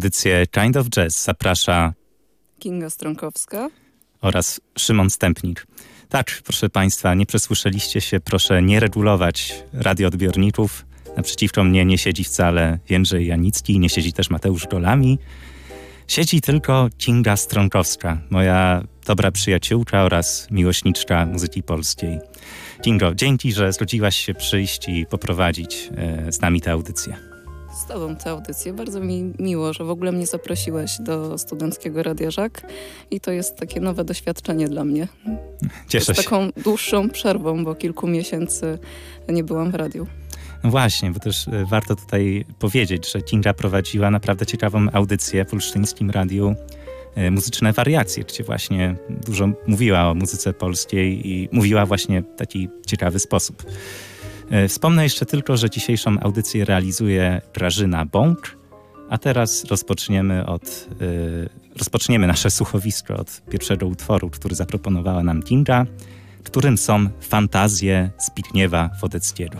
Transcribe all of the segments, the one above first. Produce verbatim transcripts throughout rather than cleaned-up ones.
audycję Kind of Jazz zaprasza Kinga Stronkowska oraz Szymon Stępnik. Tak, proszę Państwa, nie przesłyszeliście się, proszę nie regulować radioodbiorników. Naprzeciwko mnie nie siedzi wcale Jędrzej Janicki, nie siedzi też Mateusz Golami. Siedzi tylko Kinga Stronkowska, moja dobra przyjaciółka oraz miłośniczka muzyki polskiej. Kingo, dzięki, że zgodziłaś się przyjść i poprowadzić e, z nami tę audycję. Z tobą tę audycję. Bardzo mi miło, że w ogóle mnie zaprosiłeś do Studenckiego Radia Żak i to jest takie nowe doświadczenie dla mnie. Cieszę się. Z taką dłuższą przerwą, bo kilku miesięcy nie byłam w radiu. No właśnie, bo też warto tutaj powiedzieć, że Kinga prowadziła naprawdę ciekawą audycję w Olsztyńskim Radiu Muzyczne Wariacje, gdzie właśnie dużo mówiła o muzyce polskiej i mówiła właśnie w taki ciekawy sposób. Wspomnę jeszcze tylko, że dzisiejszą audycję realizuje Grażyna Bąk, a teraz rozpoczniemy od yy, rozpoczniemy nasze słuchowisko od pierwszego utworu, który zaproponowała nam Kinga, którym są Fantazje Zbigniewa Wodeckiego.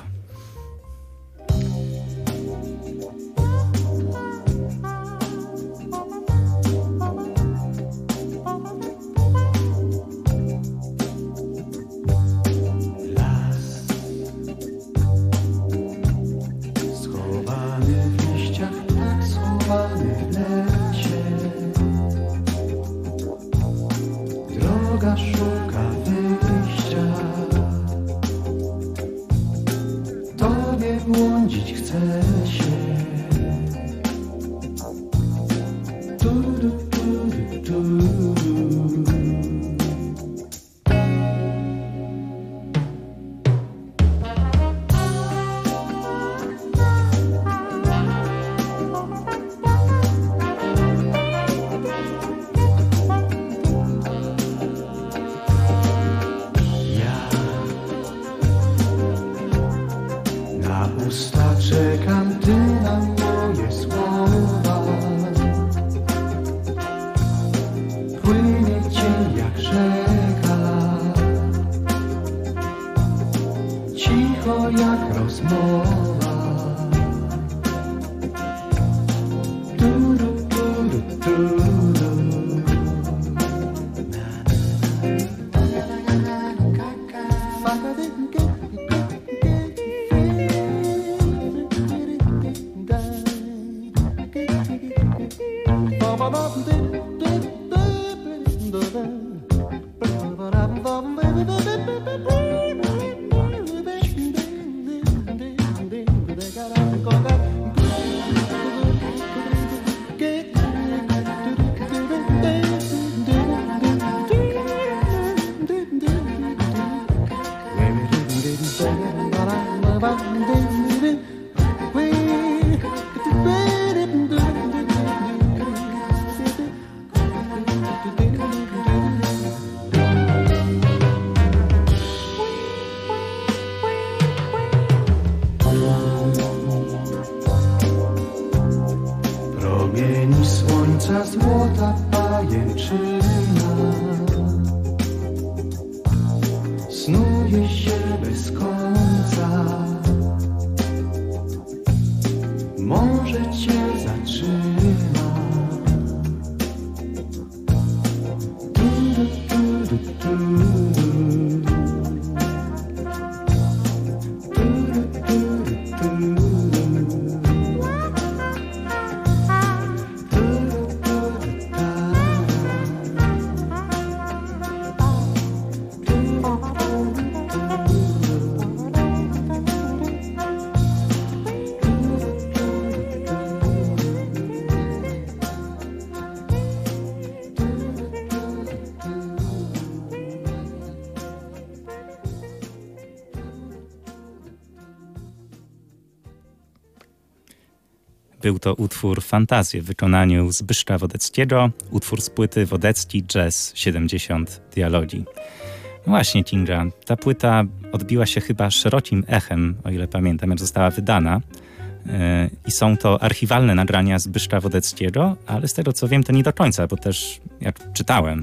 Był to utwór Fantazje w wykonaniu Zbyszka Wodeckiego, utwór z płyty Wodecki Jazz siedemdziesiąt Dialogi. No właśnie, Kinga, ta płyta odbiła się chyba szerokim echem, o ile pamiętam, jak została wydana. Yy, I są to archiwalne nagrania Zbyszka Wodeckiego, ale z tego co wiem, to nie do końca, bo też jak czytałem,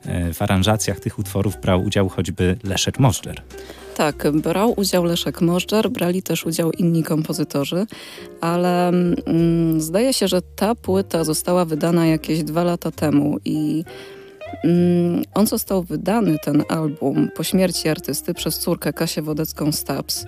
w aranżacjach tych utworów brał udział choćby Leszek Możdżer. Tak, brał udział Leszek Możdżer, brali też udział inni kompozytorzy, ale mm, zdaje się, że ta płyta została wydana jakieś dwa lata temu i mm, on został wydany, ten album, po śmierci artysty przez córkę Kasię Wodecką-Stabs.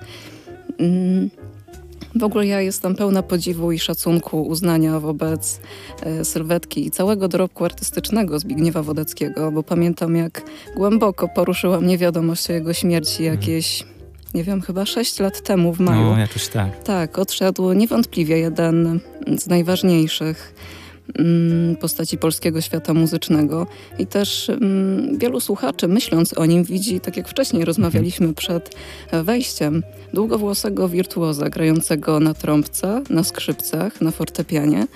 Mm, W ogóle ja jestem pełna podziwu i szacunku, uznania wobec e, sylwetki i całego dorobku artystycznego Zbigniewa Wodeckiego, bo pamiętam, jak głęboko poruszyła mnie wiadomość o jego śmierci jakieś, nie wiem, chyba sześć lat temu w maju. No, jakoś tak. Tak, odszedł niewątpliwie jeden z najważniejszych mm, postaci polskiego świata muzycznego i też mm, wielu słuchaczy, myśląc o nim, widzi, tak jak wcześniej rozmawialiśmy przed wejściem, długowłosego wirtuoza grającego na trąbce, na skrzypcach, na fortepianie,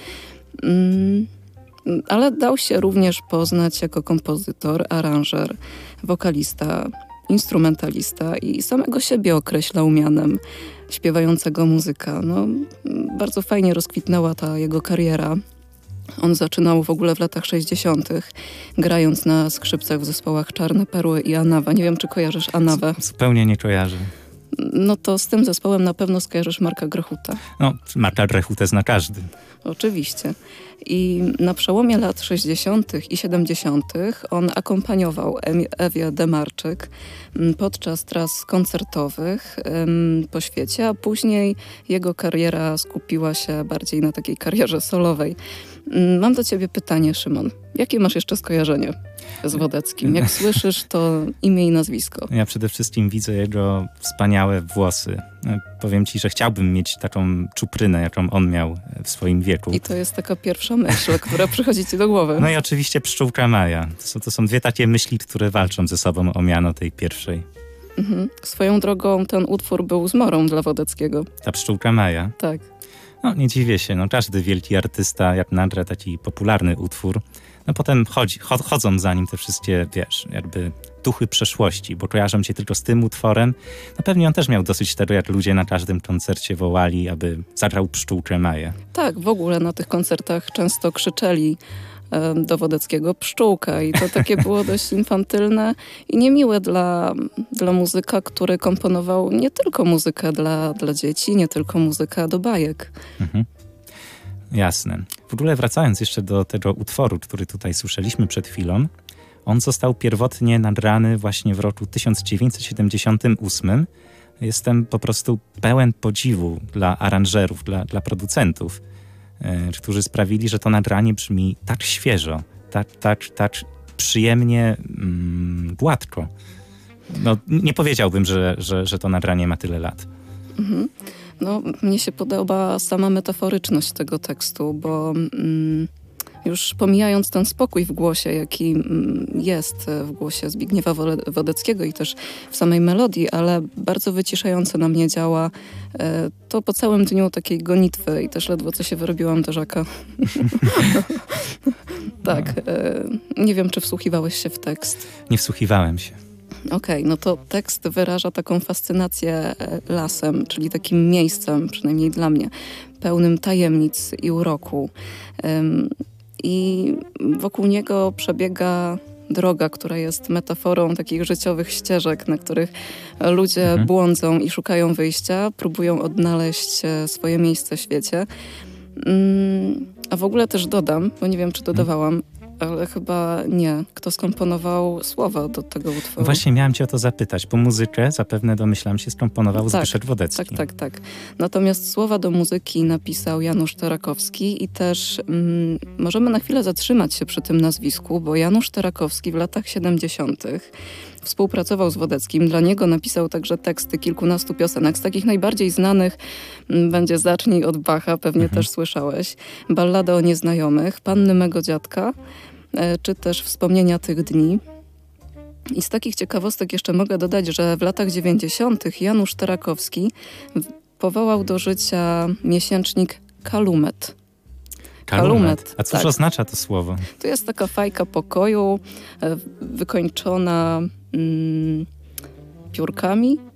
mm, ale dał się również poznać jako kompozytor, aranżer, wokalista, instrumentalista i samego siebie określał mianem śpiewającego muzyka. No, bardzo fajnie rozkwitnęła ta jego kariera. On zaczynał w ogóle w latach sześćdziesiątych, grając na skrzypcach w zespołach Czarne Perły i Anawa. Nie wiem, czy kojarzysz Anawę? Zupełnie nie kojarzę. No to z tym zespołem na pewno skojarzysz Marka Grechuta. No, Marka Grechutę zna każdy. Oczywiście. I na przełomie lat sześćdziesiątych i siedemdziesiątych on akompaniował Ewie Demarczyk podczas tras koncertowych po świecie, a później jego kariera skupiła się bardziej na takiej karierze solowej. Mam do ciebie pytanie, Szymon. Jakie masz jeszcze skojarzenie z Wodeckim? Jak słyszysz, to imię i nazwisko. Ja przede wszystkim widzę jego wspaniałe włosy. Powiem ci, że chciałbym mieć taką czuprynę, jaką on miał w swoim wieku. I to jest taka pierwsza myśl, która przychodzi ci do głowy. No i oczywiście pszczółka Maja. To są, to są dwie takie myśli, które walczą ze sobą o miano tej pierwszej. Mhm. Swoją drogą ten utwór był zmorą dla Wodeckiego. Ta pszczółka Maja? Tak. No nie dziwię się, no każdy wielki artysta, jak nagra taki popularny utwór, no potem chodzi, cho, chodzą za nim te wszystkie, wiesz, jakby duchy przeszłości, bo kojarzą cię tylko z tym utworem. No pewnie on też miał dosyć tego, jak ludzie na każdym koncercie wołali, aby zagrał pszczółkę Maję. Tak, w ogóle na tych koncertach często krzyczeli e, do Wodeckiego pszczółka i to takie było dość infantylne i niemiłe dla, dla muzyka, który komponował nie tylko muzykę dla, dla dzieci, nie tylko muzykę do bajek. Mhm. Jasne. W ogóle wracając jeszcze do tego utworu, który tutaj słyszeliśmy przed chwilą, on został pierwotnie nagrany właśnie w roku tysiąc dziewięćset siedemdziesiątym ósmym. Jestem po prostu pełen podziwu dla aranżerów, dla, dla producentów, yy, którzy sprawili, że to nagranie brzmi tak świeżo, tak, tak, tak przyjemnie, mm, gładko. No, nie powiedziałbym, że, że, że to nagranie ma tyle lat. Mhm. No, mnie się podoba sama metaforyczność tego tekstu, bo mm, już pomijając ten spokój w głosie, jaki mm, jest w głosie Zbigniewa Wodeckiego i też w samej melodii, ale bardzo wyciszająco na mnie działa e, to po całym dniu takiej gonitwy i też ledwo co się wyrobiłam do Żaka. Tak. E, nie wiem, czy wsłuchiwałeś się w tekst. Nie wsłuchiwałem się. Okej, okay, no to tekst wyraża taką fascynację lasem, czyli takim miejscem, przynajmniej dla mnie, pełnym tajemnic i uroku. Um, I wokół niego przebiega droga, która jest metaforą takich życiowych ścieżek, na których ludzie mhm. błądzą i szukają wyjścia, próbują odnaleźć swoje miejsce w świecie. Um, a w ogóle też dodam, bo nie wiem, czy dodawałam, ale chyba nie. Kto skomponował słowa do tego utworu? Właśnie miałam cię o to zapytać, bo muzykę zapewne domyślam się skomponował tak, Zbyszek Wodecki. Tak, tak, tak. Natomiast słowa do muzyki napisał Janusz Terakowski i też mm, możemy na chwilę zatrzymać się przy tym nazwisku, bo Janusz Terakowski w latach siedemdziesiątych współpracował z Wodeckim. Dla niego napisał także teksty kilkunastu piosenek. Z takich najbardziej znanych m, będzie Zacznij od Bacha, pewnie mhm. też słyszałeś. Ballada o nieznajomych, Panny mego dziadka, e, czy też Wspomnienia tych dni. I z takich ciekawostek jeszcze mogę dodać, że w latach dziewięćdziesiątych Janusz Terakowski powołał do życia miesięcznik Kalumet. Kalumet. A cóż tak. oznacza to słowo? To jest taka fajka pokoju, wykończona mm, piórkami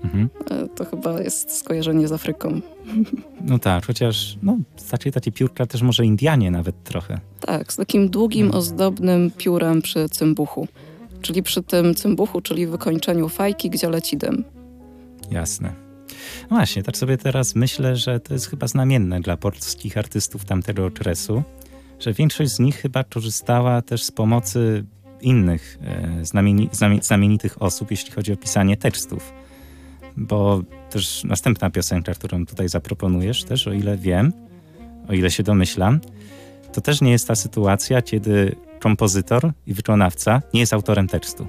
Mhm. To chyba jest skojarzenie z Afryką. No tak, chociaż no, raczej takie piórka też może Indianie nawet trochę. Tak, z takim długim, hmm. ozdobnym piórem przy cymbuchu. Czyli przy tym cymbuchu, czyli wykończeniu fajki, gdzie leci dym. Jasne. No właśnie, tak sobie teraz myślę, że to jest chyba znamienne dla polskich artystów tamtego okresu, że większość z nich chyba korzystała też z pomocy innych e, znamieni, znamienitych osób, jeśli chodzi o pisanie tekstów. Bo też następna piosenka, którą tutaj zaproponujesz, też o ile wiem, o ile się domyślam, to też nie jest ta sytuacja, kiedy kompozytor i wykonawca nie jest autorem tekstu.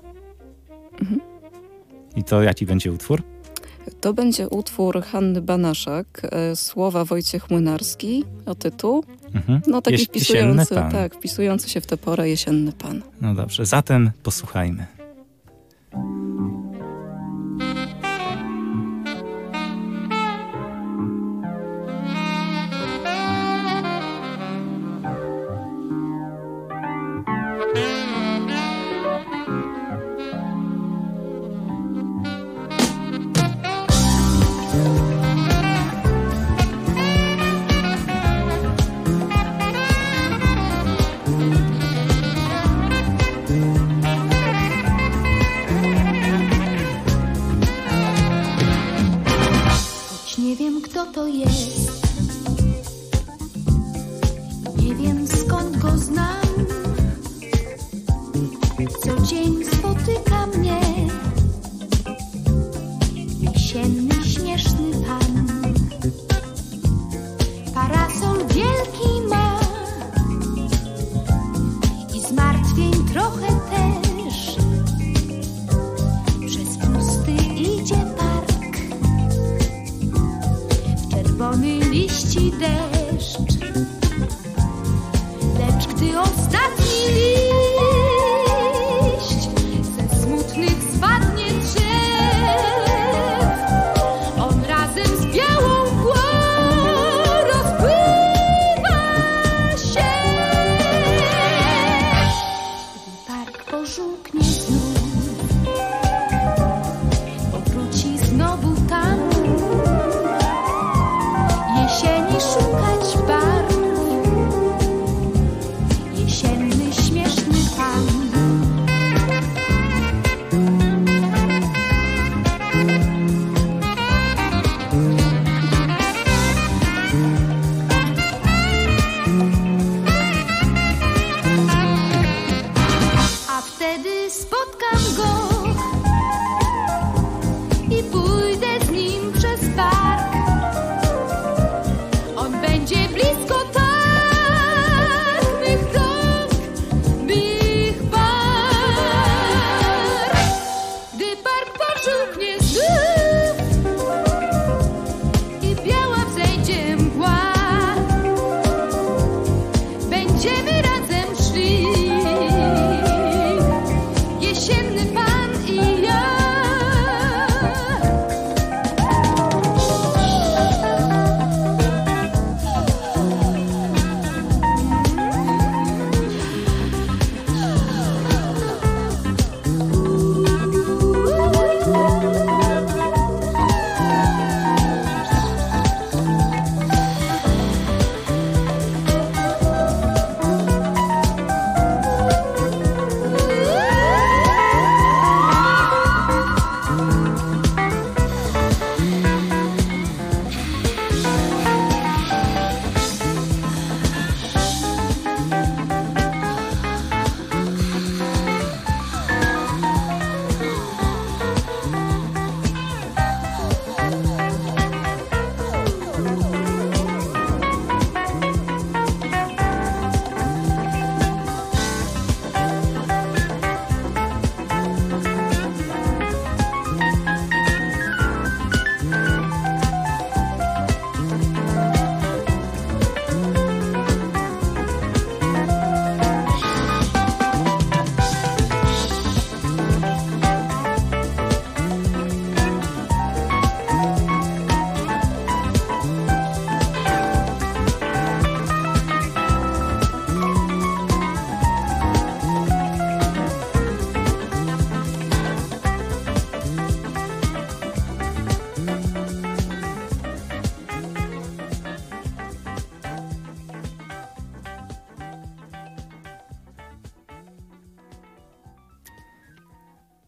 Mhm. I to jaki będzie utwór? To będzie utwór Hanny Banaszak, e, słowa Wojciech Młynarski, o tytuł. Mhm. No taki Jeś- wpisujący, tak, wpisujący się w tę porę Jesienny Pan. No dobrze, zatem posłuchajmy. Park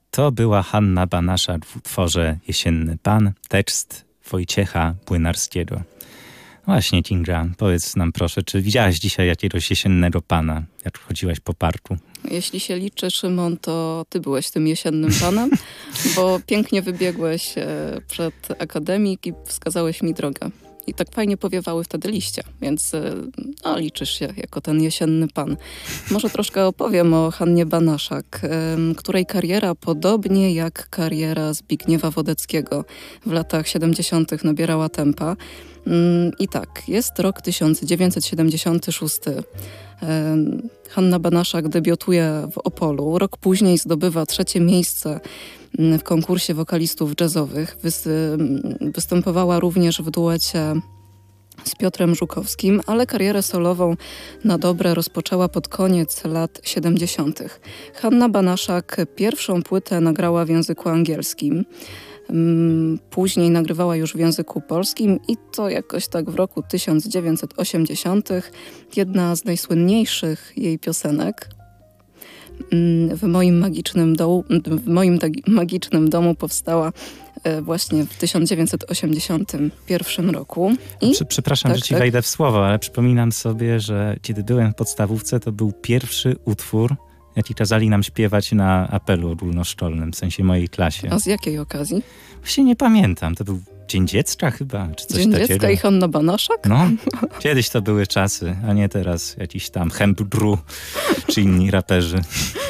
To była Hanna Banaszak w utworze Jesienny Pan, tekst Wojciecha Płynarskiego. Właśnie, Kinga, powiedz nam proszę, czy widziałaś dzisiaj jakiegoś jesiennego pana, jak chodziłaś po parku? Jeśli się liczy, Szymon, to ty byłeś tym jesiennym panem, bo pięknie wybiegłeś przed akademik i wskazałeś mi drogę. I tak fajnie powiewały wtedy liście, więc no, liczysz się jako ten jesienny pan. Może troszkę opowiem o Hannie Banaszak, której kariera, podobnie jak kariera Zbigniewa Wodeckiego w latach siedemdziesiątych nabierała tempa. I tak, jest rok tysiąc dziewięćset siedemdziesiąty szósty. Hanna Banaszak debiutuje w Opolu. Rok później zdobywa trzecie miejsce w konkursie wokalistów jazzowych. Występowała również w duecie z Piotrem Żukowskim, ale karierę solową na dobre rozpoczęła pod koniec lat siedemdziesiątych. Hanna Banaszak pierwszą płytę nagrała w języku angielskim. Później nagrywała już w języku polskim i to jakoś tak w roku tysiąc dziewięćset osiemdziesiątym jedna z najsłynniejszych jej piosenek w moim magicznym domu, w moim magicznym domu powstała właśnie w tysiąc dziewięćset osiemdziesiątym pierwszym roku. I, Prze- przepraszam, tak, że ci tak. wejdę w słowo, ale przypominam sobie, że kiedy byłem w podstawówce, to był pierwszy utwór, jaki kazali nam śpiewać na apelu ogólnoszkolnym, w sensie mojej klasie. A z jakiej okazji? Właśnie nie pamiętam, to był Dzień Dziecka chyba, czy coś Dzień takiego. Dziecka i Hanna Banaszak? No, kiedyś to były czasy, a nie teraz jakiś tam Hemp Dru czy inni raperzy.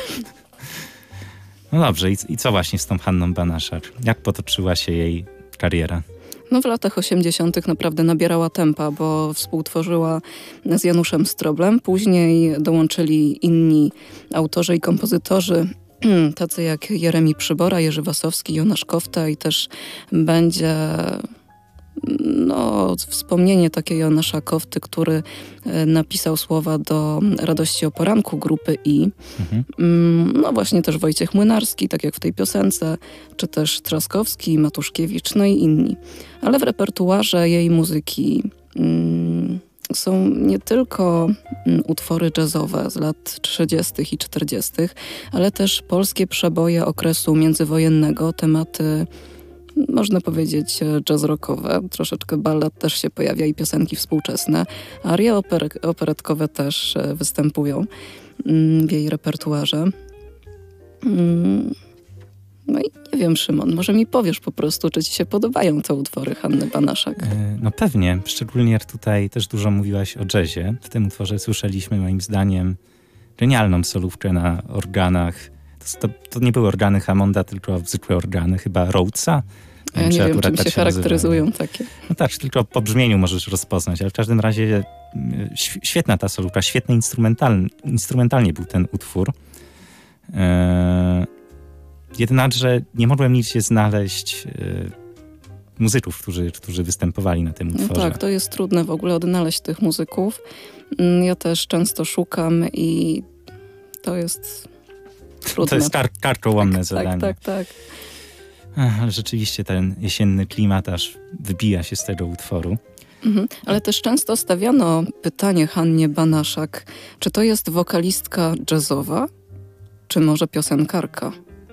No dobrze, i, i co właśnie z tą Hanną Banaszak? Jak potoczyła się jej kariera? No w latach osiemdziesiątych naprawdę nabierała tempa, bo współtworzyła z Januszem Stroblem. Później dołączyli inni autorzy i kompozytorzy, tacy jak Jeremi Przybora, Jerzy Wasowski, Jonasz Kofta i też będzie no, wspomnienie takie Jonasza Kofty, który napisał słowa do Radości o poranku grupy I. Mhm. No właśnie też Wojciech Młynarski, tak jak w tej piosence, czy też Trzaskowski, Matuszkiewicz, no i inni. Ale w repertuarze jej muzyki mm, są nie tylko utwory jazzowe z lat trzydziestych i czterdziestych, ale też polskie przeboje okresu międzywojennego, tematy można powiedzieć jazz rockowe, troszeczkę ballad też się pojawia i piosenki współczesne. Arie oper- operetkowe też występują w jej repertuarze. No i nie wiem, Szymon, może mi powiesz po prostu, czy ci się podobają te utwory Hanny Banaszak? No pewnie, szczególnie jak tutaj też dużo mówiłaś o jazzie. W tym utworze słyszeliśmy moim zdaniem genialną solówkę na organach. To, to nie były organy Hammonda, tylko zwykłe organy, chyba Rhodesa. Ja nie wiem, czym się charakteryzują nazywa. Takie. No tak, tylko po brzmieniu możesz rozpoznać, ale w każdym razie świetna ta solówka, świetnie instrumentalnie, instrumentalnie był ten utwór. Eee, jednakże nie mogłem nigdzie znaleźć e, muzyków, którzy, którzy występowali na tym utworze. No tak, to jest trudne w ogóle odnaleźć tych muzyków. Ja też często szukam i to jest trudne. To jest kar- karkołomne tak, zadanie. Tak, tak, tak. Ach, ale rzeczywiście ten jesienny klimat aż wybija się z tego utworu. Mhm. Ale też często stawiano pytanie Hannie Banaszak, czy to jest wokalistka jazzowa, czy może piosenkarka?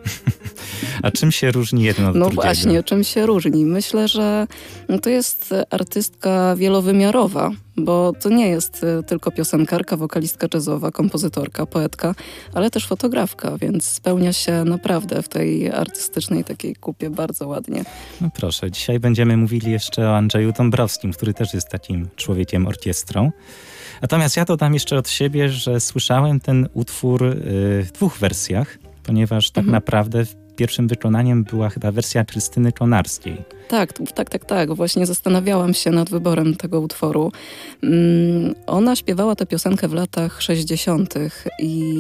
A czym się różni jedno od no drugiego? No właśnie, czym się różni? Myślę, że to jest artystka wielowymiarowa, bo to nie jest tylko piosenkarka, wokalistka jazzowa, kompozytorka, poetka, ale też fotografka, więc spełnia się naprawdę w tej artystycznej takiej kupie bardzo ładnie. No proszę, dzisiaj będziemy mówili jeszcze o Andrzeju Dąbrowskim, który też jest takim człowiekiem orkiestrą. Natomiast ja dodam jeszcze od siebie, że słyszałem ten utwór y, w dwóch wersjach, ponieważ tak mhm. naprawdę pierwszym wykonaniem była chyba wersja Krystyny Konarskiej. Tak, tak, tak, tak. Właśnie zastanawiałam się nad wyborem tego utworu. Um, ona śpiewała tę piosenkę w latach sześćdziesiątych i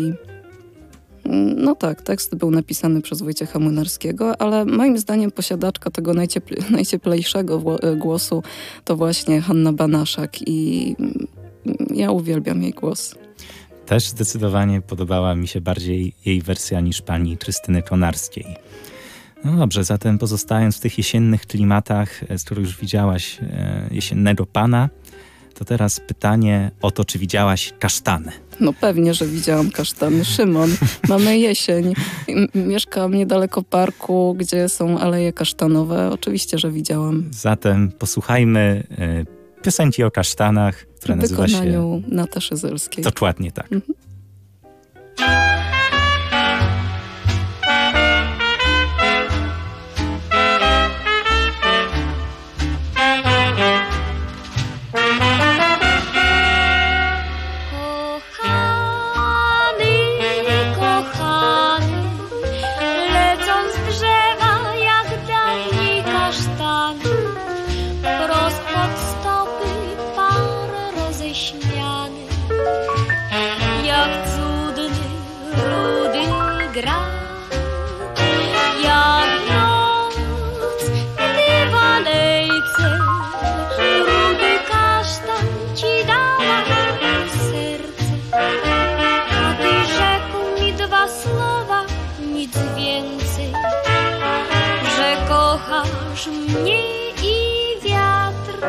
no tak, tekst był napisany przez Wojciecha Młynarskiego, ale moim zdaniem posiadaczka tego najciepl- najcieplejszego głosu to właśnie Hanna Banaszak i ja uwielbiam jej głos. Też zdecydowanie podobała mi się bardziej jej wersja niż pani Krystyny Konarskiej. No dobrze, zatem pozostając w tych jesiennych klimatach, z których już widziałaś e, jesiennego pana, to teraz pytanie o to, czy widziałaś kasztany. No pewnie, że widziałam kasztany. Szymon, mamy jesień. M- mieszkam niedaleko parku, gdzie są aleje kasztanowe. Oczywiście, że widziałam. Zatem posłuchajmy y, piosenki o kasztanach, która w nazywa się... W wykonaniu Nataszy Zylskiej. Dokładnie tak. Mhm. Mnie i wiatr.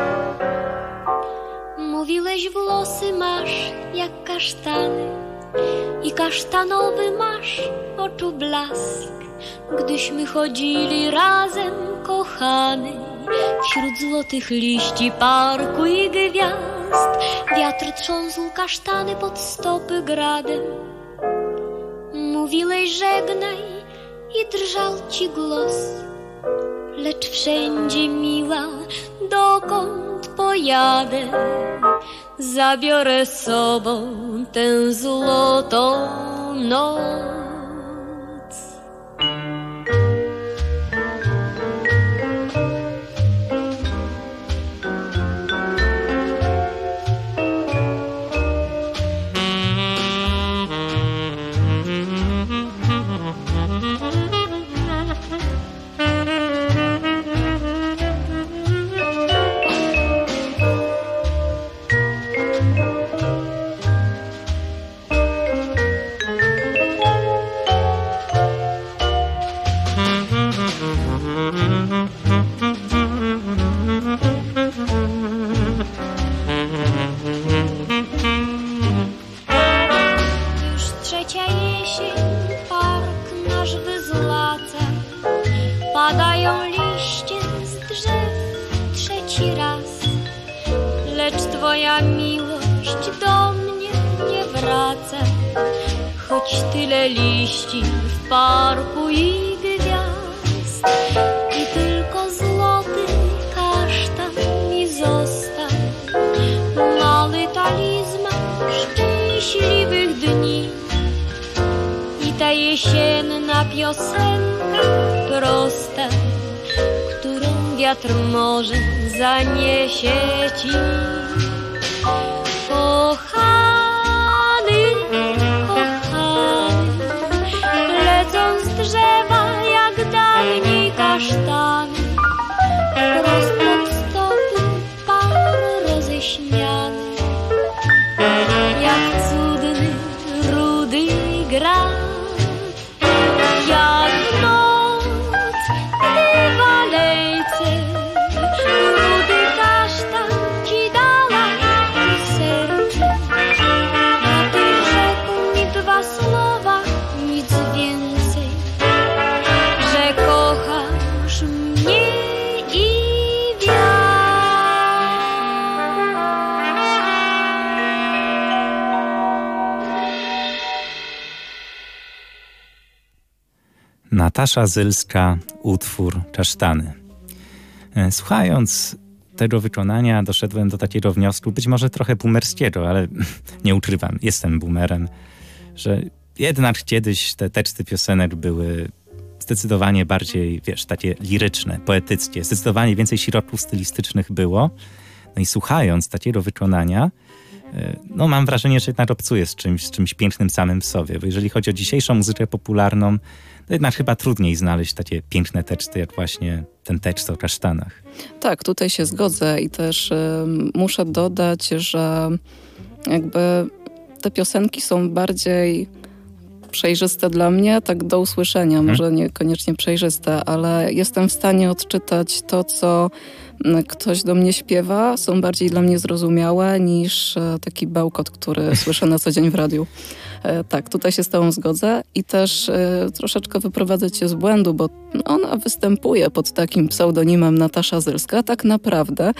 Mówiłeś, włosy masz jak kasztany i kasztanowy masz oczu blask. Gdyśmy chodzili razem, kochany, wśród złotych liści parku i gwiazd, wiatr trząsł kasztany pod stopy gradem. Mówiłeś, żegnaj i drżał ci głos. Lecz wszędzie, miła, dokąd pojadę, zabiorę z sobą tę złotą noc. Padają liście z drzew trzeci raz, lecz twoja miłość do mnie nie wraca. Choć tyle liści w parku i gwiazd, i tylko złoty kasztan mi został, mały talizman szczęśliwych dni. I ta jesienna piosenka prosta, którą wiatr może zaniesie ci. Kochany, kochany, lecą z drzewa jak dawniej kasztany, wprost pod stopy pan roześmiany, jak cudny, rudy gra. Jak noc, gdy w alejce rudy kasztan ci dała serce. A ty rzekł mi dwa słowa, nic więcej, że kochasz mnie i wiatr. Natasza Zylska, utwór Kasztany. Słuchając tego wykonania doszedłem do takiego wniosku, być może trochę boomerskiego, ale nie ukrywam, jestem boomerem, że jednak kiedyś te teksty piosenek były zdecydowanie bardziej, wiesz, takie liryczne, poetyckie, zdecydowanie więcej środków stylistycznych było. No i słuchając takiego wykonania, no mam wrażenie, że jednak obcuję z czymś, z czymś pięknym samym w sobie, bo jeżeli chodzi o dzisiejszą muzykę popularną, to jednak chyba trudniej znaleźć takie piękne teksty, jak właśnie ten tekst o kasztanach. Tak, tutaj się zgodzę i też y, muszę dodać, że jakby te piosenki są bardziej przejrzyste dla mnie, tak do usłyszenia, może niekoniecznie przejrzyste, ale jestem w stanie odczytać to, co ktoś do mnie śpiewa, są bardziej dla mnie zrozumiałe niż taki bełkot, który słyszę na co dzień w radiu. Tak, tutaj się z tobą zgodzę i też troszeczkę wyprowadzę cię z błędu, bo ona występuje pod takim pseudonimem Natasza Zylska. Tak naprawdę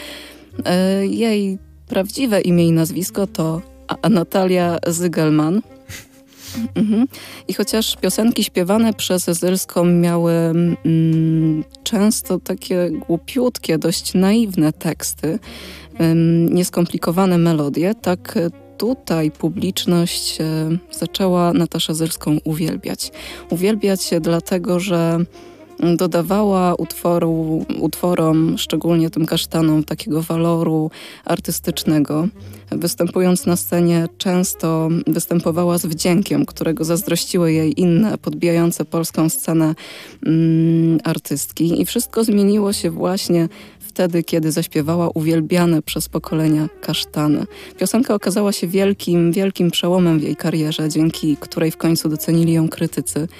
jej prawdziwe imię i nazwisko to Natalia Zygelman. Mhm. I chociaż piosenki śpiewane przez Zylską miały mm, często takie głupiutkie, dość naiwne teksty, ym, nieskomplikowane melodie, tak tutaj publiczność e, zaczęła Nataszę Zylską uwielbiać. Uwielbiać dlatego, że dodawała utworu, utworom, szczególnie tym kasztanom, takiego waloru artystycznego. Występując na scenie często występowała z wdziękiem, którego zazdrościły jej inne, podbijające polską scenę mm, artystki. I wszystko zmieniło się właśnie wtedy, kiedy zaśpiewała uwielbiane przez pokolenia kasztany. Piosenka okazała się wielkim, wielkim przełomem w jej karierze, dzięki której w końcu docenili ją krytycy.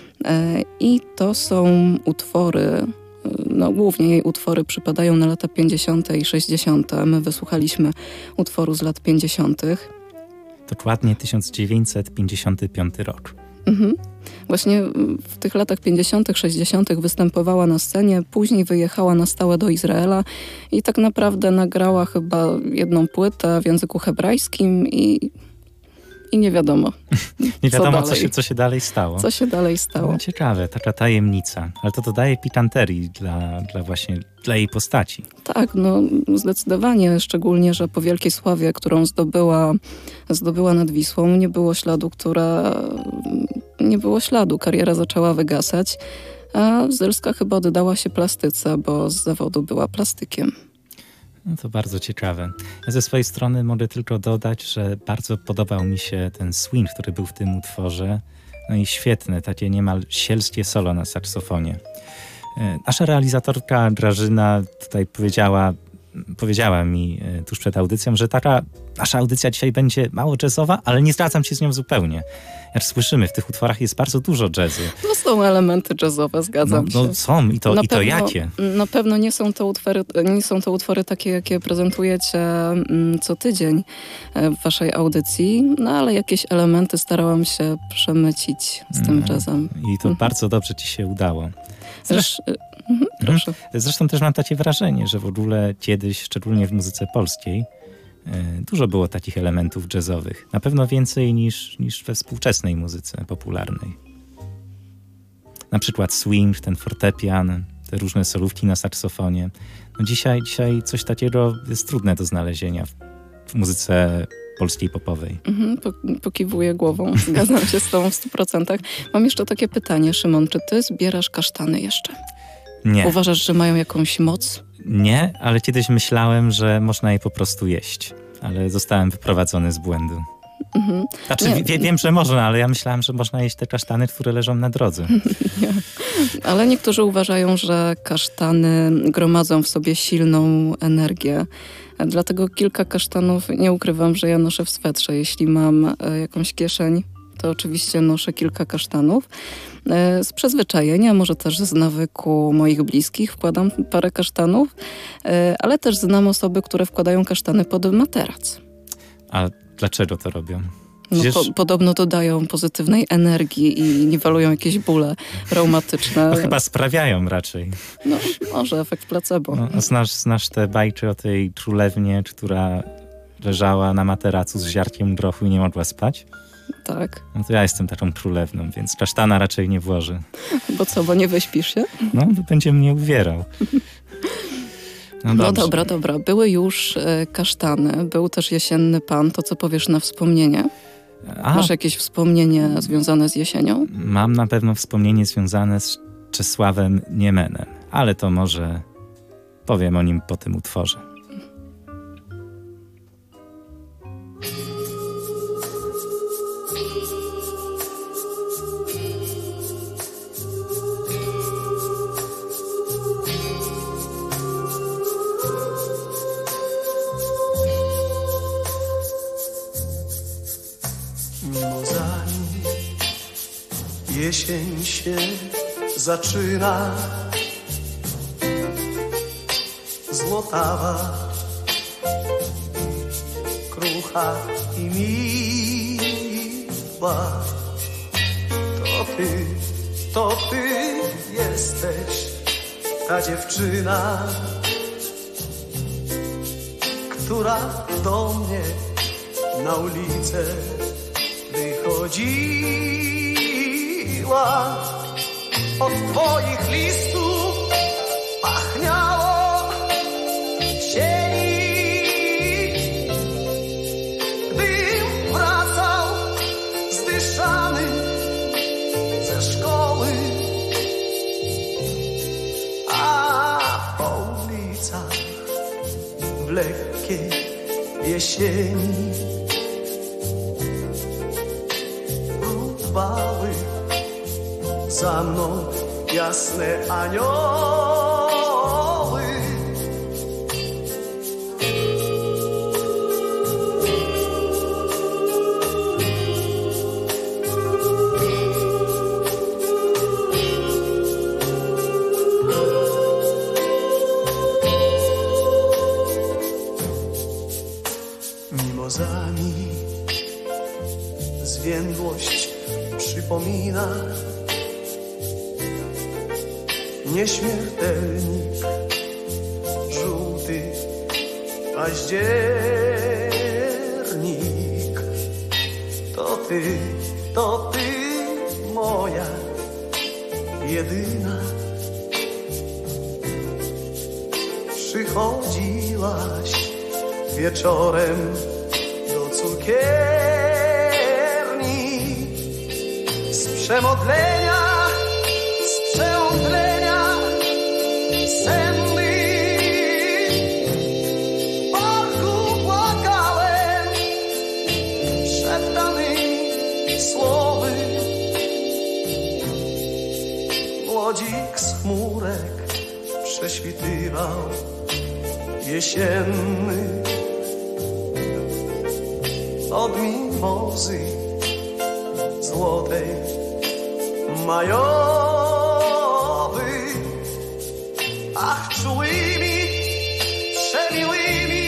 I to są utwory, no głównie jej utwory przypadają na lata pięćdziesiąte i sześćdziesiąte. My wysłuchaliśmy utworu z lat pięćdziesiątych. Dokładnie tysiąc dziewięćset pięćdziesiąty piąty rok. Mhm. Właśnie w tych latach pięćdziesiątych, sześćdziesiątych występowała na scenie, później wyjechała na stałe do Izraela i tak naprawdę nagrała chyba jedną płytę w języku hebrajskim i... I nie wiadomo. Nie wiadomo, co, co, się, co się dalej stało. Co się dalej stało. No, ciekawe, taka tajemnica. Ale to dodaje pikanterii dla, dla właśnie dla jej postaci. Tak, no zdecydowanie. Szczególnie, że po wielkiej sławie, którą zdobyła, zdobyła nad Wisłą, nie było śladu, która... Nie było śladu. Kariera zaczęła wygasać. A Zylska chyba oddała się plastyce, bo z zawodu była plastykiem. No to bardzo ciekawe. Ja ze swojej strony mogę tylko dodać, że bardzo podobał mi się ten swing, który był w tym utworze. No i świetne, takie niemal sielskie solo na saksofonie. Nasza realizatorka Grażyna tutaj powiedziała, powiedziała mi tuż przed audycją, że taka nasza audycja dzisiaj będzie mało jazzowa, ale nie zgadzam się z nią zupełnie. Jak słyszymy, w tych utworach jest bardzo dużo jazzu. No są elementy jazzowe, zgadzam no, no, się. Są i to, na i to pewno, jakie? Na pewno nie są to utwory, nie są to utwory takie, jakie prezentujecie mm, co tydzień w waszej audycji, no ale jakieś elementy starałam się przemycić z tym jazzem. I to mhm. bardzo dobrze ci się udało. Zresztą, mhm, proszę. Zresztą też mam takie wrażenie, że w ogóle kiedyś, szczególnie w muzyce polskiej, dużo było takich elementów jazzowych. Na pewno więcej niż, niż we współczesnej muzyce popularnej. Na przykład swing, ten fortepian, te różne solówki na saksofonie. No dzisiaj, dzisiaj coś takiego jest trudne do znalezienia w, w muzyce polskiej popowej. Mhm, pokiwuję głową. Zgadzam się z tobą w stu procentach. Mam jeszcze takie pytanie, Szymon. Czy ty zbierasz kasztany jeszcze? Nie. Uważasz, że mają jakąś moc? Nie, ale kiedyś myślałem, że można je po prostu jeść. Ale zostałem wyprowadzony z błędu. Mhm. Znaczy nie. Wie, wiem, że można, ale ja myślałem, że można jeść te kasztany, które leżą na drodze. Nie. Ale niektórzy uważają, że kasztany gromadzą w sobie silną energię. Dlatego kilka kasztanów, nie ukrywam, że ja noszę w swetrze. Jeśli mam jakąś kieszeń, to oczywiście noszę kilka kasztanów. Z przyzwyczajenia, może też z nawyku moich bliskich wkładam parę kasztanów, ale też znam osoby, które wkładają kasztany pod materac. A dlaczego to robią? Przecież... No, po, podobno dodają pozytywnej energii i niwelują jakieś bóle reumatyczne. No, chyba sprawiają raczej. No, może efekt placebo. No, znasz, znasz te bajki o tej królewnie, która leżała na materacu z ziarnkiem grochu i nie mogła spać? Tak. No to ja jestem taką królewną, więc kasztana raczej nie włożę. Bo co, bo nie wyśpisz się? No, to będzie mnie uwierał. No, no dobra, dobra. Były już e, kasztany, był też jesienny pan. To co powiesz na wspomnienie? A, Masz jakieś wspomnienie związane z jesienią? Mam na pewno wspomnienie związane z Czesławem Niemenem, ale to może powiem o nim po tym utworze. Jesień się zaczyna, złotawa, krucha i miła. To ty, to ty jesteś ta dziewczyna, która do mnie na ulicę wychodziła. Od twoich listów pachniało sieni. Gdym wracał zdyszany ze szkoły, a po ulicach w lekkiej jesieni próbowały za mną jasne anioły. Mimozami zwiędłość przypomina nieśmiertelnik, żółty październik. To ty, to ty moja jedyna. Przychodziłaś wieczorem do cukierni z przemodlenia, z przeomdlenia senny. W parku płakałem szeptanymi słowy. Młodzik z chmurek prześwitywał jesienny. Od mimozy złotej majowy, ach, czułymi, przemiłymi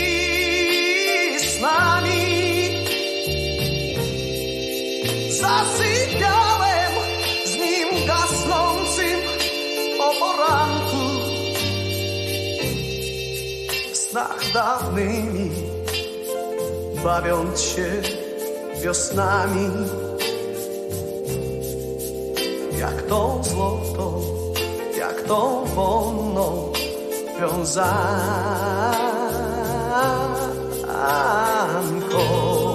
snami zasypiałem z nim gasnącym o poranku. W snach dawnymi bawiąc się wiosnami, jak tą złotą, jak tą wonną wiązanką.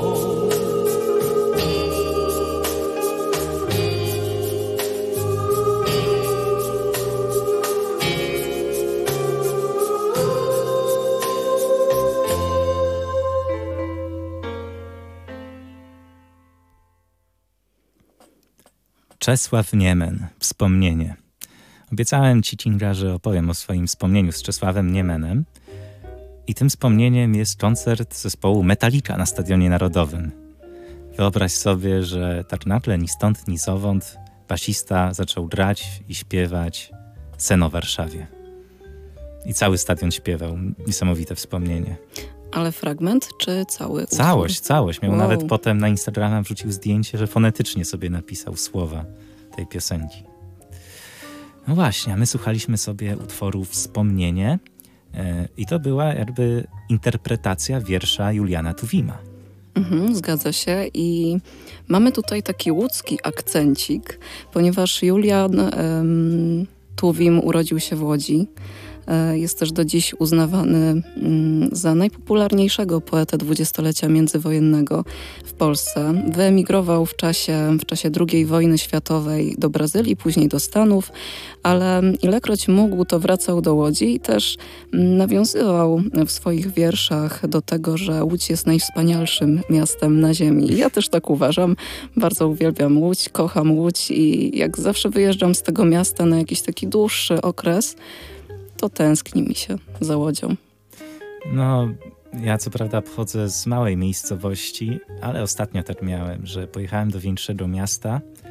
Czesław Niemen. Wspomnienie. Obiecałem ci, Cingra, że opowiem o swoim wspomnieniu z Czesławem Niemenem. I tym wspomnieniem jest koncert zespołu Metallica na Stadionie Narodowym. Wyobraź sobie, że tak nagle ni stąd, ni zowąd basista zaczął grać i śpiewać Sen o Warszawie. I cały stadion śpiewał. Niesamowite wspomnienie. Ale fragment czy cały utwór? Całość, całość. Miał Wow. nawet potem na Instagrama wrzucił zdjęcie, że fonetycznie sobie napisał słowa tej piosenki. No właśnie, a my słuchaliśmy sobie utworu Wspomnienie yy, i to była jakby interpretacja wiersza Juliana Tuwima. Mhm, zgadza się i mamy tutaj taki łódzki akcencik, ponieważ Julian em, Tuwim urodził się w Łodzi. Jest też do dziś uznawany za najpopularniejszego poetę dwudziestolecia międzywojennego w Polsce. Wyemigrował w czasie, w czasie drugiej wojny światowej do Brazylii, później do Stanów, ale ilekroć mógł, to wracał do Łodzi i też nawiązywał w swoich wierszach do tego, że Łódź jest najwspanialszym miastem na ziemi. Ja też tak uważam. Bardzo uwielbiam Łódź, kocham Łódź i jak zawsze wyjeżdżam z tego miasta na jakiś taki dłuższy okres, to tęskni mi się za Łodzią. No, ja co prawda pochodzę z małej miejscowości, ale ostatnio tak miałem, że pojechałem do większego miasta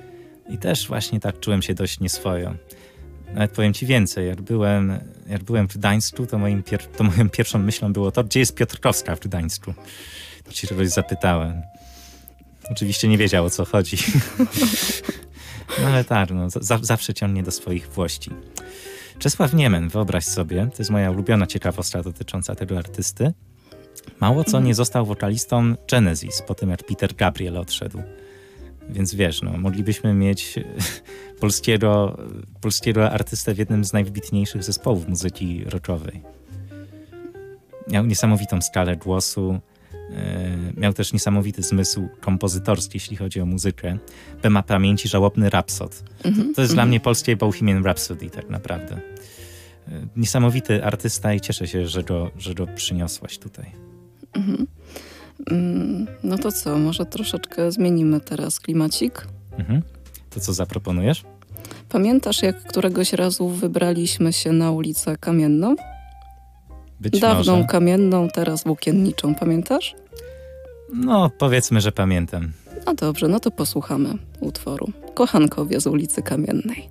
I też właśnie tak czułem się dość nieswojo. Nawet powiem ci więcej, jak byłem, jak byłem w Gdańsku, to, moim pier- to moją pierwszą myślą było to, gdzie jest Piotrkowska w Gdańsku. To ci czegoś zapytałem. Oczywiście nie wiedział, o co chodzi. No ale tak, no, za- zawsze ciągnie do swoich włości. Czesław Niemen, wyobraź sobie, to jest moja ulubiona ciekawostka dotycząca tego artysty. Mało co nie został wokalistą Genesis po tym, jak Peter Gabriel odszedł. Więc wiesz, no, moglibyśmy mieć polskiego, polskiego artystę w jednym z najwybitniejszych zespołów muzyki rockowej. Miał niesamowitą skalę głosu, yy, miał też niesamowity zmysł kompozytorski, jeśli chodzi o muzykę. P ma pamięci żałobny Rhapsod. Mm-hmm, To jest mm-hmm. dla mnie polskie Bohemian Rhapsody tak naprawdę. Yy, niesamowity artysta i cieszę się, że go, że go przyniosłaś tutaj. Mhm. No to co, może troszeczkę zmienimy teraz klimacik? Mhm. To co zaproponujesz? Pamiętasz, jak któregoś razu wybraliśmy się na ulicę Kamienną? Być Dawną może. Kamienną, teraz Włókienniczą, pamiętasz? No, powiedzmy, że pamiętam. No dobrze, no to posłuchamy utworu Kochankowie z ulicy Kamiennej.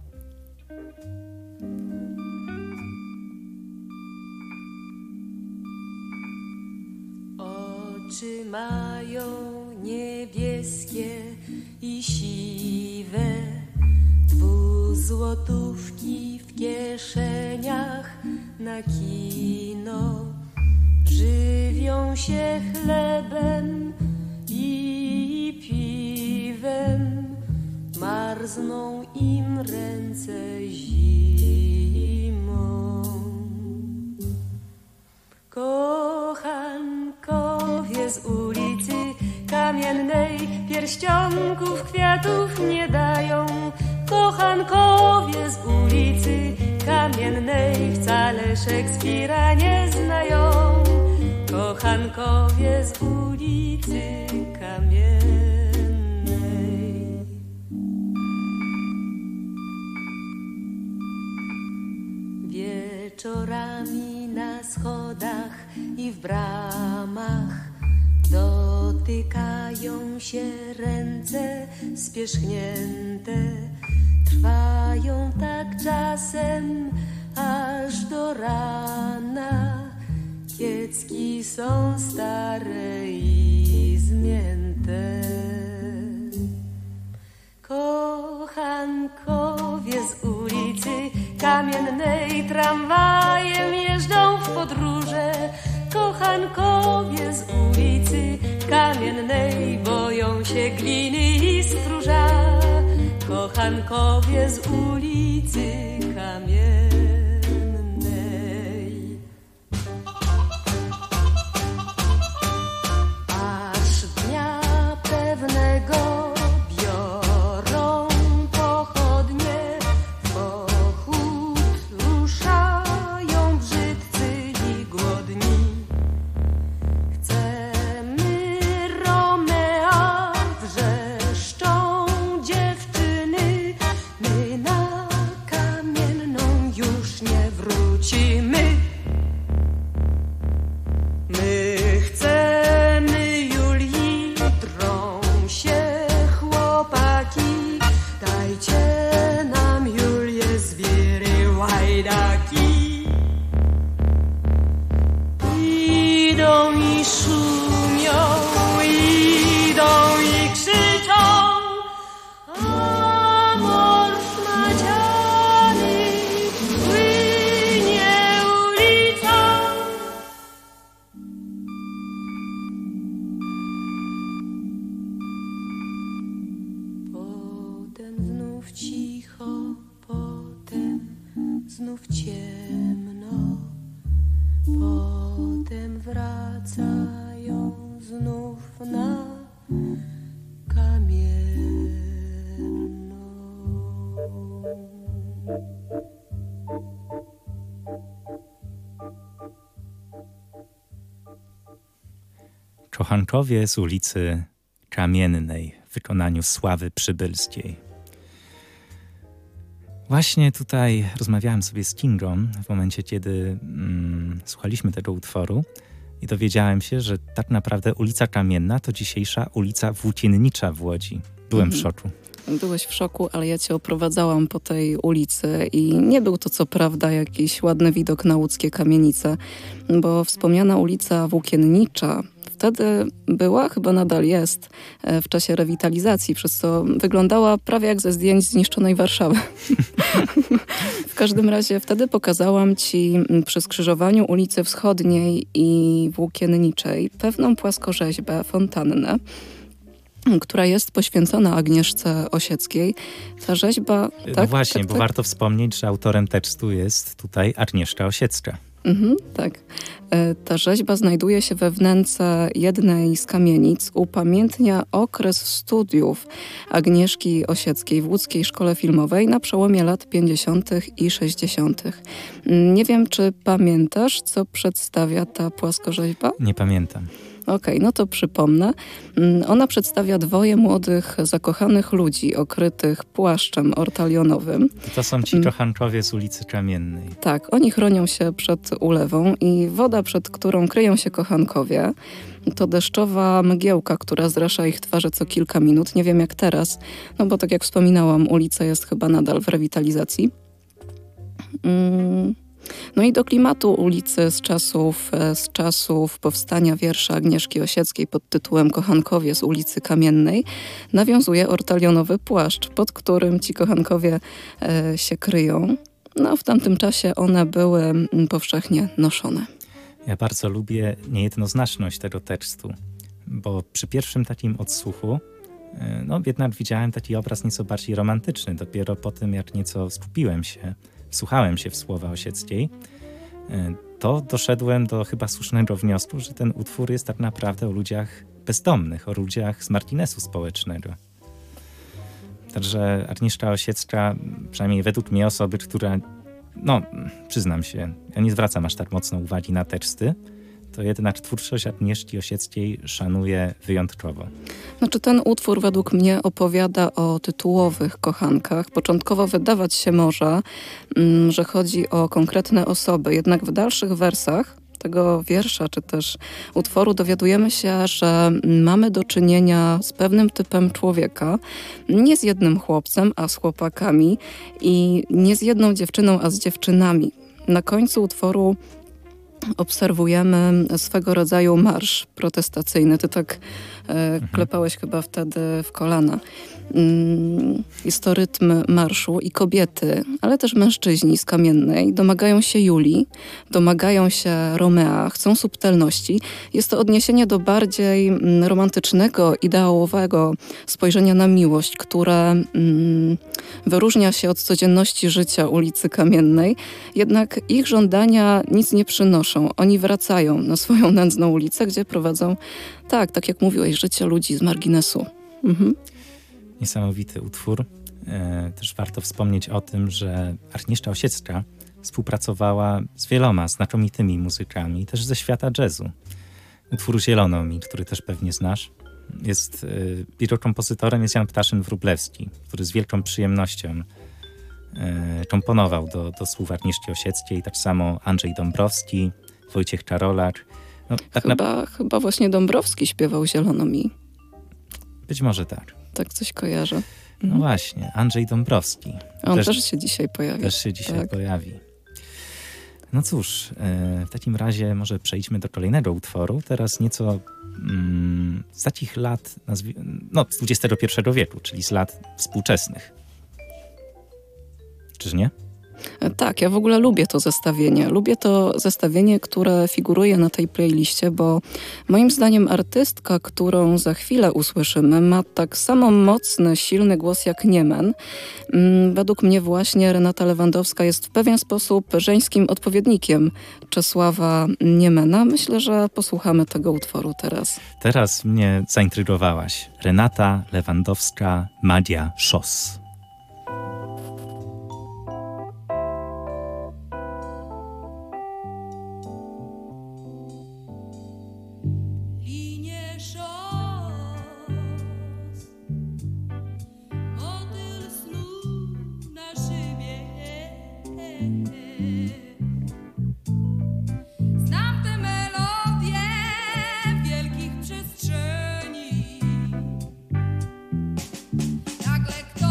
Oczy mają niebieskie i siwe, dwuzłotówki w kieszeniach na kino. Żywią się chlebem i piwem, marzną im ręce zimą. Kochankowie z ulicy Kamiennej pierścionków, kwiatów nie dają. Kochankowie z ulicy Kamiennej wcale Szekspira nie znają. Kochankowie z ulicy Kamiennej. Wieczorami na schodach i w bramach dotykają się ręce spierzchnięte. Trwają tak czasem aż do rana. Kiecki są stare i zmięte. Kochankowie z ulicy Kamiennej tramwajem jeżdżą w podróże. Kochankowie z ulicy Kamiennej boją się gliny i stróża. Kochankowie z ulicy Kamiennej. Aż dnia pewnego biorą pochodnie, w pochód ruszają brzydcy i głodni. Chcemy Romea, wrzeszczą dziewczyny, my na Kamienną już nie wrócimy. My chcemy Julii, drą się chłopaki, dajcie nam Julię zwiry łajdaki. Idą i szumią, idą i krzyczą, a morz madziany płynie ulicą. Potem znów cicho, potem znów ciemno, potem wracają znów na Kamienną. Kochankowie z ulicy Kamiennej w wykonaniu Sławy Przybylskiej. Właśnie tutaj rozmawiałem sobie z Kingą w momencie, kiedy mm, słuchaliśmy tego utworu i dowiedziałem się, że tak naprawdę ulica Kamienna to dzisiejsza ulica Włókiennicza w Łodzi. Byłem Mhm. w szoku. byłeś w szoku, ale ja cię oprowadzałam po tej ulicy i nie był to co prawda jakiś ładny widok na łódzkie kamienice, bo wspomniana ulica Włókiennicza wtedy była, chyba nadal jest, w czasie rewitalizacji, przez co wyglądała prawie jak ze zdjęć zniszczonej Warszawy. W każdym razie wtedy pokazałam ci przy skrzyżowaniu ulicy Wschodniej i Włókienniczej pewną płaskorzeźbę, fontannę, która jest poświęcona Agnieszce Osieckiej. Ta rzeźba... No tak, właśnie, tak, bo tak. warto wspomnieć, że autorem tekstu jest tutaj Agnieszka Osiecka. Mhm, tak. E, Ta rzeźba znajduje się we wnęce jednej z kamienic. Upamiętnia okres studiów Agnieszki Osieckiej w Łódzkiej Szkole Filmowej na przełomie lat pięćdziesiątych i sześćdziesiątych. Nie wiem, czy pamiętasz, co przedstawia ta płaskorzeźba? Nie pamiętam. Okej, no to przypomnę. Ona przedstawia dwoje młodych, zakochanych ludzi okrytych płaszczem ortalionowym. I to są ci kochankowie z ulicy Kamiennej. Tak, oni chronią się przed ulewą i woda, przed którą kryją się kochankowie, to deszczowa mgiełka, która zrasza ich twarze co kilka minut. Nie wiem jak teraz, no bo tak jak wspominałam, ulica jest chyba nadal w rewitalizacji. Mm. No i do klimatu ulicy z czasów, z czasów powstania wiersza Agnieszki Osieckiej pod tytułem Kochankowie z ulicy Kamiennej nawiązuje ortalionowy płaszcz, pod którym ci kochankowie e, się kryją. No w tamtym czasie one były powszechnie noszone. Ja bardzo lubię niejednoznaczność tego tekstu, bo przy pierwszym takim odsłuchu no jednak widziałem taki obraz nieco bardziej romantyczny. Dopiero po tym, jak nieco skupiłem się, wsłuchałem się w słowa Osieckiej, to doszedłem do chyba słusznego wniosku, że ten utwór jest tak naprawdę o ludziach bezdomnych, o ludziach z marginesu społecznego. Także Agnieszka Osiecka, przynajmniej według mnie osoby, która, no przyznam się, ja nie zwracam aż tak mocno uwagi na teksty, to jednak twórczość Agnieszki Osieckiej szanuję wyjątkowo. Znaczy ten utwór według mnie opowiada o tytułowych kochankach. Początkowo wydawać się może, że chodzi o konkretne osoby, jednak w dalszych wersach tego wiersza, czy też utworu dowiadujemy się, że mamy do czynienia z pewnym typem człowieka, nie z jednym chłopcem, a z chłopakami i nie z jedną dziewczyną, a z dziewczynami. Na końcu utworu obserwujemy swego rodzaju marsz protestacyjny. Ty tak e, klepałeś chyba wtedy w kolana. Mm, jest to rytm marszu i kobiety, ale też mężczyźni z Kamiennej domagają się Julii, domagają się Romea, chcą subtelności. Jest to odniesienie do bardziej mm, romantycznego, ideałowego spojrzenia na miłość, które mm, wyróżnia się od codzienności życia ulicy Kamiennej. Jednak ich żądania nic nie przynoszą. Oni wracają na swoją nędzną ulicę, gdzie prowadzą, tak, tak jak mówiłeś, życie ludzi z marginesu. Mhm. Niesamowity utwór. E, też warto wspomnieć o tym, że Agnieszka Osiecka współpracowała z wieloma znakomitymi muzykami, też ze świata jazzu. Utwór Zielono mi, który też pewnie znasz, jest y, jego kompozytorem jest Jan Ptaszyn-Wróblewski, który z wielką przyjemnością y, komponował do, do słów Agnieszki Osieckiej, tak samo Andrzej Dąbrowski, Wojciech Karolak. No, tak chyba, na... chyba właśnie Dąbrowski śpiewał Zielono mi. Być może tak. Tak coś kojarzę. No właśnie, Andrzej Dąbrowski. On też, też się dzisiaj pojawi. Też się dzisiaj tak. pojawi. No cóż, w takim razie może przejdźmy do kolejnego utworu. Teraz nieco mm, z takich lat, nazwi- no z dwudziestego pierwszego wieku, czyli z lat współczesnych. Czyż nie? Tak, ja w ogóle lubię to zestawienie. Lubię to zestawienie, które figuruje na tej playliście, bo moim zdaniem artystka, którą za chwilę usłyszymy, ma tak samo mocny, silny głos jak Niemen. Według mnie właśnie Renata Lewandowska jest w pewien sposób żeńskim odpowiednikiem Czesława Niemena. Myślę, że posłuchamy tego utworu teraz. Teraz mnie zaintrygowałaś. Renata Lewandowska, Madzia Szos. Nagle kto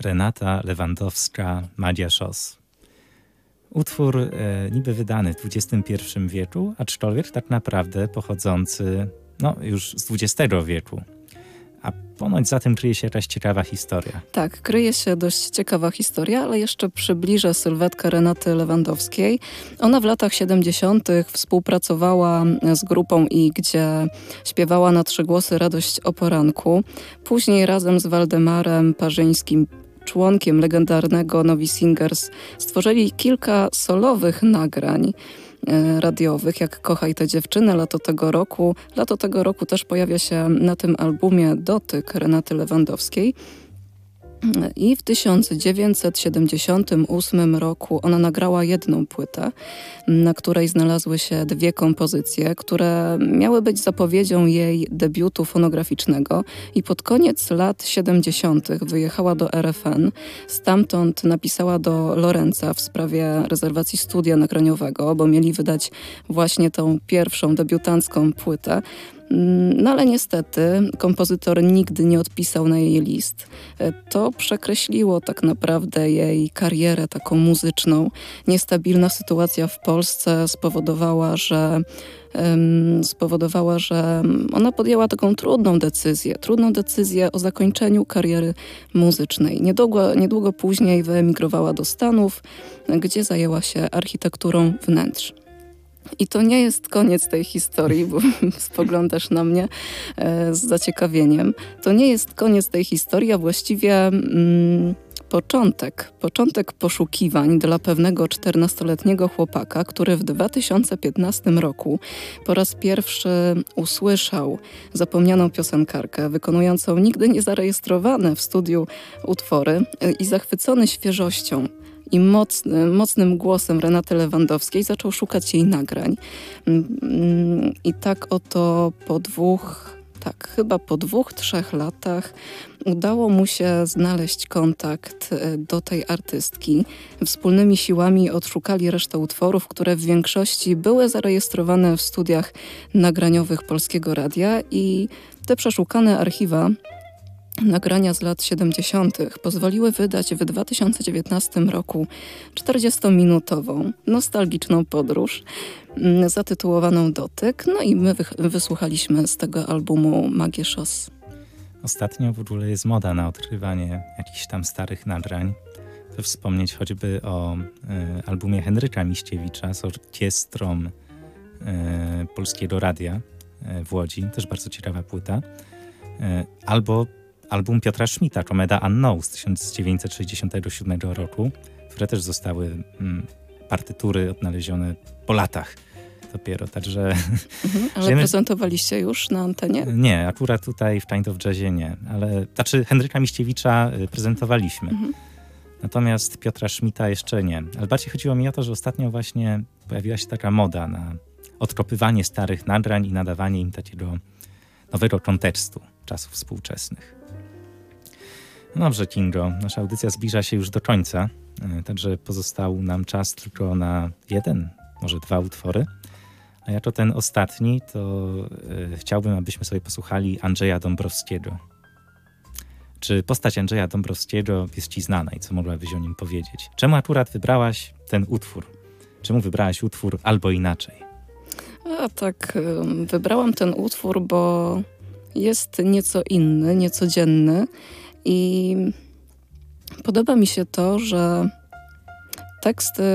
Renata Lewandowska, Madzia Szos. Utwór e, niby wydany w dwudziestym pierwszym wieku, aczkolwiek tak naprawdę pochodzący no, już z dwudziestego wieku. A ponoć za tym kryje się jakaś ciekawa historia. Tak, kryje się dość ciekawa historia, ale jeszcze przybliżę sylwetkę Renaty Lewandowskiej. Ona w latach siedemdziesiątych współpracowała z grupą I, gdzie śpiewała na trzy głosy Radość o poranku. Później razem z Waldemarem Parzyńskim, członkiem legendarnego Novi Singers, stworzyli kilka solowych nagrań radiowych, jak Kochaj tę dziewczynę, lato tego roku. Lato tego roku też pojawia się na tym albumie Dotyk Renaty Lewandowskiej. I w tysiąc dziewięćset siedemdziesiątym ósmym roku ona nagrała jedną płytę, na której znalazły się dwie kompozycje, które miały być zapowiedzią jej debiutu fonograficznego i pod koniec lat siedemdziesiątych wyjechała do R F N. Stamtąd napisała do Lorenza w sprawie rezerwacji studia nagraniowego, bo mieli wydać właśnie tą pierwszą debiutancką płytę. No ale niestety kompozytor nigdy nie odpisał na jej list. To przekreśliło tak naprawdę jej karierę taką muzyczną. Niestabilna sytuacja w Polsce spowodowała, że um, spowodowała, że ona podjęła taką trudną decyzję, trudną decyzję o zakończeniu kariery muzycznej. Niedługo, niedługo później wyemigrowała do Stanów, gdzie zajęła się architekturą wnętrz. I to nie jest koniec tej historii, bo spoglądasz na mnie e, z zaciekawieniem. To nie jest koniec tej historii, a właściwie mm, początek. Początek poszukiwań dla pewnego czternastoletniego chłopaka, który w dwa tysiące piętnastym roku po raz pierwszy usłyszał zapomnianą piosenkarkę wykonującą nigdy nie zarejestrowane w studiu utwory e, i zachwycony świeżością i mocny, mocnym głosem Renaty Lewandowskiej zaczął szukać jej nagrań. I tak oto po dwóch, tak, chyba po dwóch, trzech latach udało mu się znaleźć kontakt do tej artystki. Wspólnymi siłami odszukali resztę utworów, które w większości były zarejestrowane w studiach nagraniowych Polskiego Radia i te przeszukane archiwa nagrania z lat siedemdziesiątych pozwoliły wydać w dwa tysiące dziewiętnastym roku czterdziestominutową, nostalgiczną podróż zatytułowaną Dotyk. No i my wy- wysłuchaliśmy z tego albumu Magię Szos. Ostatnio w ogóle jest moda na odkrywanie jakichś tam starych nagrań. Chcę wspomnieć choćby o y, albumie Henryka Miściewicza z orkiestrą y, Polskiego Radia y, w Łodzi. Też bardzo ciekawa płyta. Y, albo album Piotra Schmidta, Komeda Unknown z tysiąc dziewięćset sześćdziesiątego siódmego roku, które też zostały mm, partytury odnalezione po latach dopiero, także... Mhm, ale wiemy, prezentowaliście już na antenie? Nie, akurat tutaj w Kind of Jazzie nie, ale znaczy Henryka Miściewicza prezentowaliśmy. Mhm. Natomiast Piotra Schmidta jeszcze nie. Ale bardziej chodziło mi o to, że ostatnio właśnie pojawiła się taka moda na odkopywanie starych nagrań i nadawanie im takiego nowego kontekstu czasów współczesnych. No dobrze, Kingo, nasza audycja zbliża się już do końca, także pozostał nam czas tylko na jeden, może dwa utwory. A jako ten ostatni, to y, chciałbym, abyśmy sobie posłuchali Andrzeja Dąbrowskiego. Czy postać Andrzeja Dąbrowskiego jest ci znana i co mogłabyś o nim powiedzieć? Czemu akurat wybrałaś ten utwór? Czemu wybrałaś utwór Albo Inaczej? A tak, wybrałam ten utwór, bo jest nieco inny, niecodzienny i podoba mi się to, że teksty,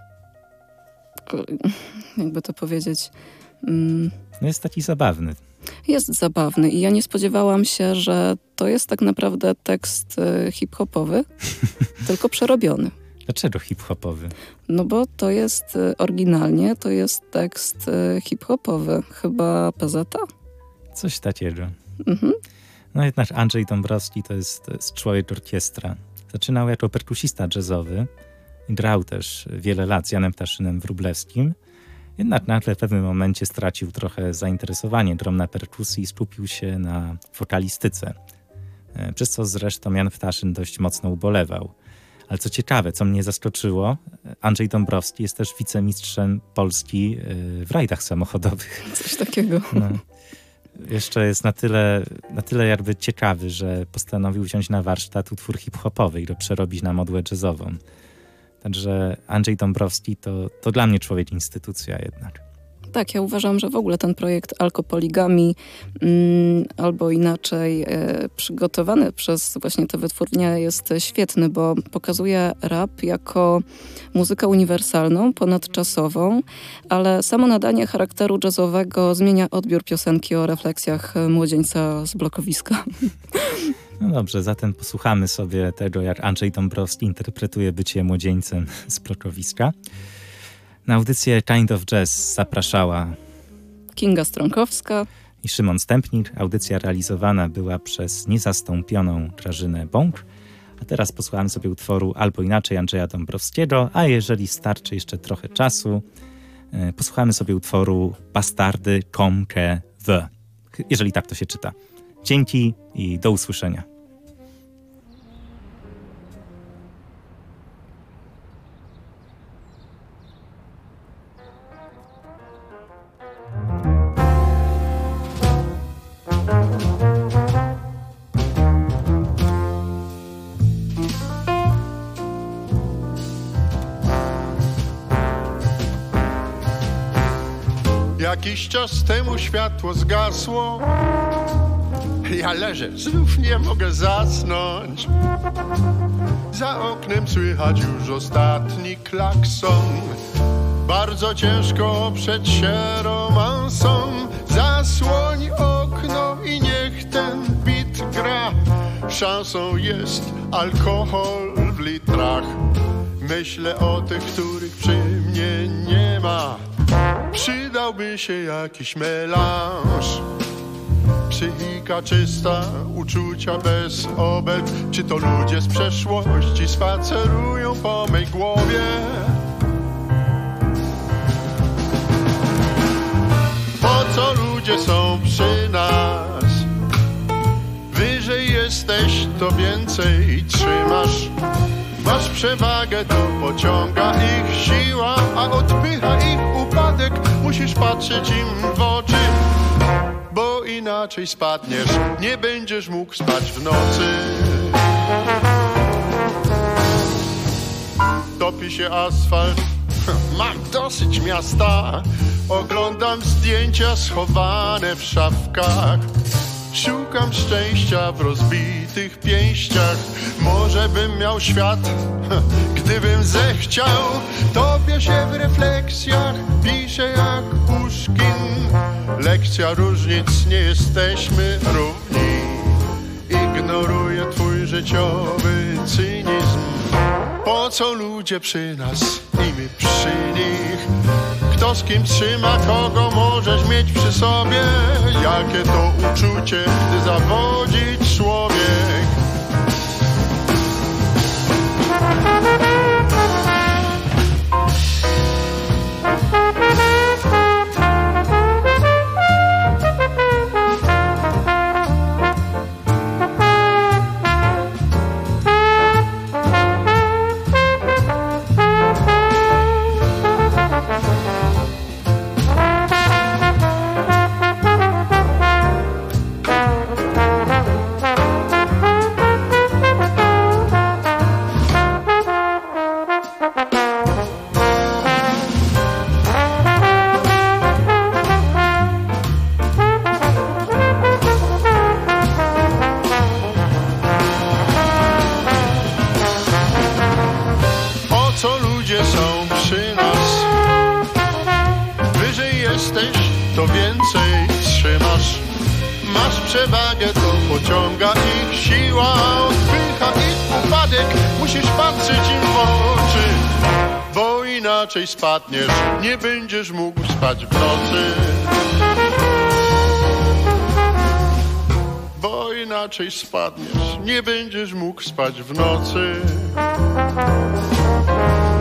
jakby to powiedzieć... No jest taki zabawny. Jest zabawny i ja nie spodziewałam się, że to jest tak naprawdę tekst hip-hopowy, tylko przerobiony. Dlaczego hip-hopowy? No bo to jest oryginalnie, to jest tekst hip-hopowy, chyba P Z A. Coś takiego. Mhm. No jednak Andrzej Dąbrowski to jest, to jest człowiek orkiestra. Zaczynał jako perkusista jazzowy, grał też wiele lat z Janem Ptaszynem Wróblewskim, jednak nagle w pewnym momencie stracił trochę zainteresowanie grą na perkusji i skupił się na wokalistyce. Przez co zresztą Jan Ptaszyn dość mocno ubolewał. Ale co ciekawe, co mnie zaskoczyło, Andrzej Dąbrowski jest też wicemistrzem Polski w rajdach samochodowych. Coś takiego. No. jeszcze jest na tyle, na tyle jakby ciekawy, że postanowił wziąć na warsztat utwór hip-hopowy i go przerobić na modłę jazzową. Także Andrzej Dąbrowski to, to dla mnie człowiek instytucja jednak. Tak, ja uważam, że w ogóle ten projekt Alkopoligami mm, albo inaczej e, przygotowany przez właśnie tę wytwórnię jest świetny, bo pokazuje rap jako muzykę uniwersalną, ponadczasową, ale samo nadanie charakteru jazzowego zmienia odbiór piosenki o refleksjach młodzieńca z blokowiska. No dobrze, zatem posłuchamy sobie tego, jak Andrzej Dąbrowski interpretuje bycie młodzieńcem z blokowiska. Na audycję Kind of Jazz zapraszała Kinga Stronkowska i Szymon Stępnik. Audycja realizowana była przez niezastąpioną Grażynę Bąk. A teraz posłuchamy sobie utworu Albo inaczej Andrzeja Dąbrowskiego, a jeżeli starczy jeszcze trochę czasu, posłuchamy sobie utworu Bastardy comme que the, jeżeli tak to się czyta. Dzięki i do usłyszenia. Jakiś czas temu światło zgasło. Ja leżę, znów nie mogę zasnąć. Za oknem słychać już ostatni klakson. Bardzo ciężko oprzeć się romansom. Zasłoń okno i niech ten bit gra. Szansą jest alkohol w litrach. Myślę o tych, których przy mnie nie ma. Przydałby się jakiś melanż. Psychika czysta, uczucia bez obelg. Czy to ludzie z przeszłości spacerują po mej głowie? Po co ludzie są przy nas? Wyżej jesteś, to więcej trzymasz. Masz przewagę, to pociąga ich siła, a odpycha ich upadek. Musisz patrzeć im w oczy, bo inaczej spadniesz. Nie będziesz mógł spać w nocy. Topi się asfalt, mam dosyć miasta. Oglądam zdjęcia schowane w szafkach. Szukam szczęścia w rozbitych pięściach. Może bym miał świat, gdybym zechciał. Topię się w refleksjach, piszę jak Puszkin. Lekcja różnic, nie jesteśmy równi. Ignoruję twój życiowy cynizm. Po co ludzie przy nas i my przy nich? Kto z kim trzyma, kogo możesz mieć przy sobie? Jakie to uczucie, gdy zawodzi człowiek? Przewagę, to pociąga ich siła, odpycha ich upadek. Musisz patrzeć im w oczy, bo inaczej spadniesz. Nie będziesz mógł spać w nocy, bo inaczej spadniesz. Nie będziesz mógł spać w nocy.